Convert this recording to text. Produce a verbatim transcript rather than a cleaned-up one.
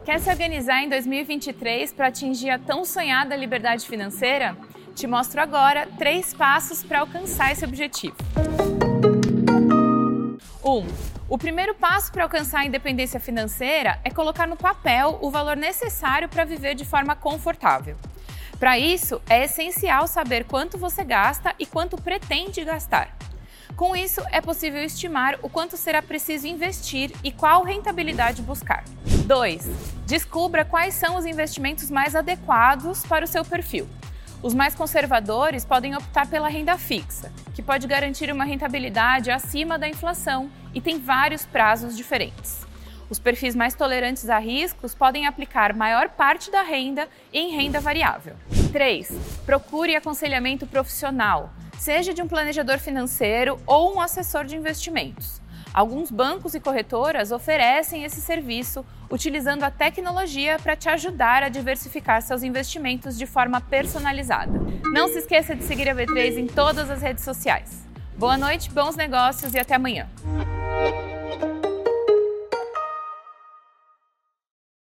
Quer se organizar em dois mil e vinte e três para atingir a tão sonhada liberdade financeira? Te mostro agora três passos para alcançar esse objetivo. um. O primeiro passo para alcançar a independência financeira é colocar no papel o valor necessário para viver de forma confortável. Para isso, é essencial saber quanto você gasta e quanto pretende gastar. Com isso, é possível estimar o quanto será preciso investir e qual rentabilidade buscar. dois. Descubra quais são os investimentos mais adequados para o seu perfil. Os mais conservadores podem optar pela renda fixa, que pode garantir uma rentabilidade acima da inflação e tem vários prazos diferentes. Os perfis mais tolerantes a riscos podem aplicar maior parte da renda em renda variável. três. Procure aconselhamento profissional, seja de um planejador financeiro ou um assessor de investimentos. Alguns bancos e corretoras oferecem esse serviço utilizando a tecnologia para te ajudar a diversificar seus investimentos de forma personalizada. Não se esqueça de seguir a B três em todas as redes sociais. Boa noite, bons negócios e até amanhã!